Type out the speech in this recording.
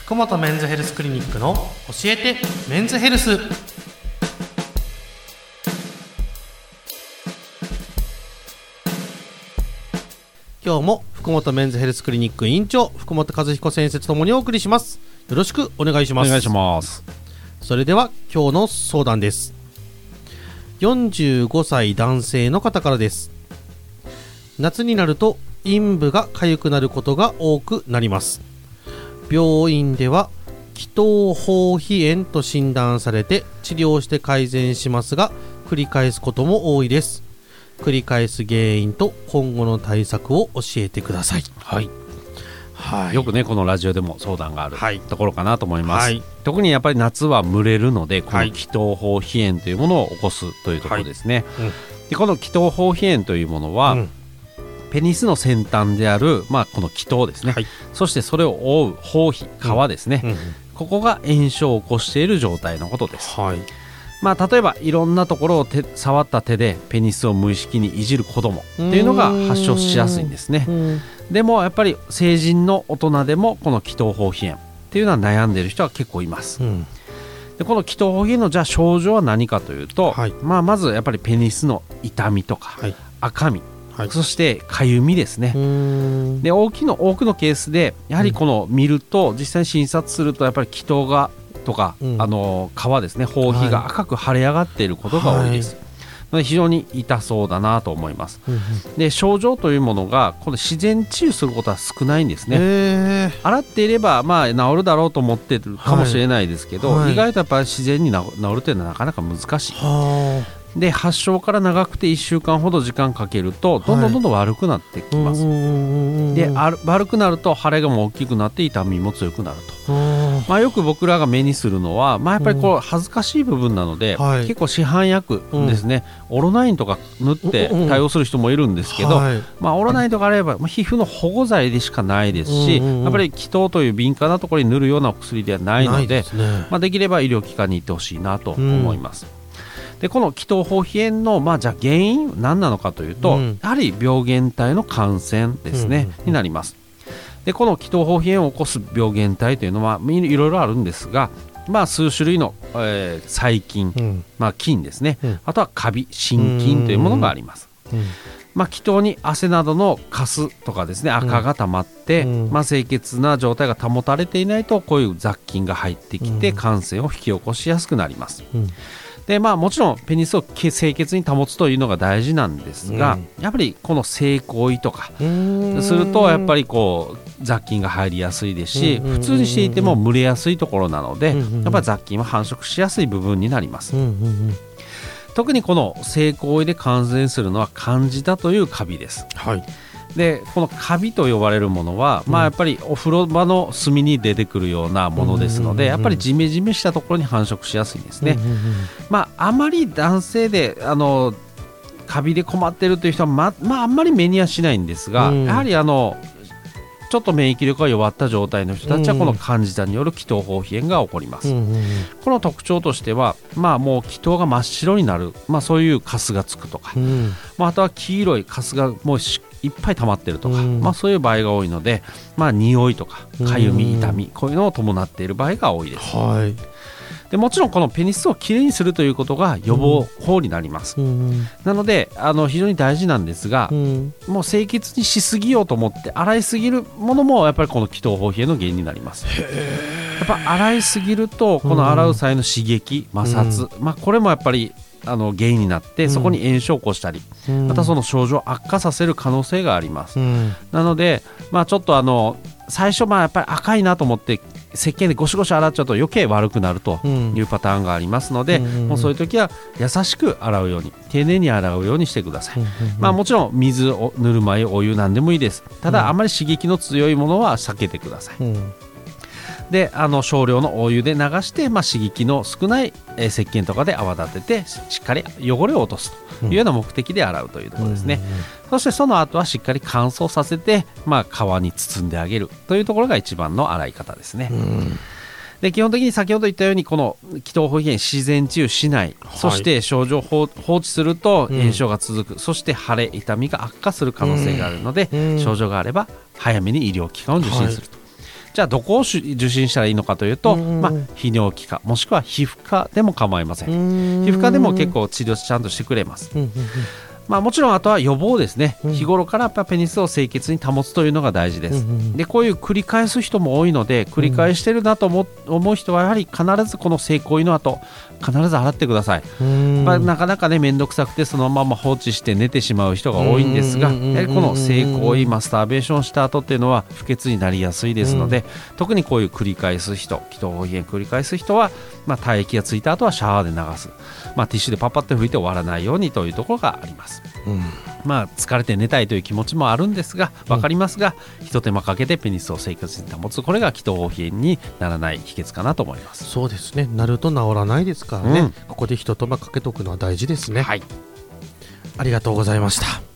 福本メンズヘルスクリニックの教えてメンズヘルス。今日も福本メンズヘルスクリニック院長福本和彦先生とともにお送りします。よろしくお願いします。 お願いします。 それでは今日の相談です。45歳男性の方からです。夏になると陰部が痒くなることが多くなります。病院では気筒包皮炎と診断されて治療して改善しますが、繰り返すことも多いです。繰り返す原因と今後の対策を教えてください。 はいはい、 よくねこのラジオでも相談がある、 はい、 ところかなと思います、 はい、 特にやっぱり夏は蒸れるのでこの気筒包皮炎というものを起こすというところですね、はい、でこの気筒包皮炎というものは、ペニスの先端である、この気筒ですね、はい、そしてそれを覆う包皮、皮ですね、ここが炎症を起こしている状態のことです、はい、例えばいろんなところを触った手でペニスを無意識にいじる子供っていうのが発症しやすいんですね。でもやっぱり成人の大人でもこの気筒包皮炎っていうのは悩んでいる人は結構います、でこの気筒包皮炎のじゃあ症状は何かというと、はい、まずやっぱりペニスの痛みとか、はい、赤み、はい、そしてかゆみですね。で多くのケースでやはりこの見ると、実際に診察するとやっぱり気筒がとか、皮ですね、包皮が赤く腫れ上がっていることが多いです、はい、非常に痛そうだなと思います、で症状というものがこの自然治癒することは少ないんですね。洗っていれば治るだろうと思ってるかもしれないですけど、意外とやっぱり自然に治るというのはなかなか難しい。で発症から長くて1週間ほど時間かけるとどんどん悪くなってきます、で悪くなると腫れがも大きくなって痛みも強くなると、よく僕らが目にするのは、やっぱりこう恥ずかしい部分なので、結構市販薬ですね、オロナインとか塗って対応する人もいるんですけど、オロナインとかあれば、皮膚の保護剤でしかないですし、やっぱり気筒という敏感なところに塗るようなお薬ではないので、できれば医療機関に行ってほしいなと思います、でこの気筒包皮炎の、じゃあ原因何なのかというと、やはり病原体の感染ですね、になります。でこの気筒包皮炎を起こす病原体というのはいろいろあるんですが、数種類の、細菌、菌ですね、あとはカビ、真菌というものがあります。気筒に汗などのカスとかですね、赤が溜まって、清潔な状態が保たれていないとこういう雑菌が入ってきて感染を引き起こしやすくなります。でもちろんペニスを清潔に保つというのが大事なんですが、やっぱりこの性行為とかするとやっぱりこう雑菌が入りやすいですし、普通にしていても蒸れやすいところなので、やっぱり雑菌は繁殖しやすい部分になります。特にこの性行為で感染するのはカンジダというカビです、でこのカビと呼ばれるものは、やっぱりお風呂場の隅に出てくるようなものですので、やっぱりジメジメしたところに繁殖しやすいんですね。あまり男性でカビで困っているという人は、あんまり目にはしないんですが、やはりちょっと免疫力が弱った状態の人たちはこのカンジダによる気筒包皮炎が起こります。この特徴としては、もう気筒が真っ白になる、そういうカスがつくとか、あとは黄色いカスがもういっぱい溜まってるとか、そういう場合が多いので、匂いとかかゆみ、痛み、こういうのを伴っている場合が多いです。でもちろんこのペニスをきれいにするということが予防法になります。なので非常に大事なんですが、もう清潔にしすぎようと思って洗いすぎるものもやっぱりこの気筒包皮炎の原因になります。やっぱ洗いすぎるとこの洗う際の刺激、摩擦、これもやっぱり原因になってそこに炎症を起こしたり、またその症状を悪化させる可能性があります。なので、ちょっと最初やっぱり赤いなと思って石鹸でゴシゴシ洗っちゃうと余計悪くなるというパターンがありますので、もうそういう時は優しく洗うように、丁寧に洗うようにしてください。もちろん水をぬるま湯、お湯なんでもいいです。ただあまり刺激の強いものは避けてください。で少量のお湯で流して、刺激の少ない石鹸とかで泡立ててしっかり汚れを落とすというような目的で洗うというところですね。そしてその後はしっかり乾燥させて、皮に包んであげるというところが一番の洗い方ですね。で基本的に先ほど言ったようにこの気筒包皮炎自然治癒しない、そして症状を放置すると炎症が続く、そして腫れ痛みが悪化する可能性があるので、症状があれば早めに医療機関を受診すると。 じゃあどこを受診したらいいのかというと、泌尿器科もしくは皮膚科でも構いません。皮膚科でも結構治療ちゃんとしてくれます。もちろんあとは予防ですね、日頃からやっぱペニスを清潔に保つというのが大事です。でこういう繰り返す人も多いので、繰り返してるなと思う人はやはり必ずこの性行為の後必ず洗ってください。なかなかね面倒くさくてそのまま放置して寝てしまう人が多いんですが、やはりこの性行為マスターベーションした後っていうのは不潔になりやすいですので、特にこういう繰り返す人、気頭包皮炎繰り返す人は、体液がついた後はシャワーで流す、ティッシュでパッパッと拭いて終わらないようにというところがあります。疲れて寝たいという気持ちもあるんですが、分かりますが、一手間かけてペニスを清潔に保つ、これが気頭包皮炎にならない秘訣かなと思います。 そうですね、なると治らないですからね、ここで一手間かけておくのは大事ですね。 はい、 ありがとうございました。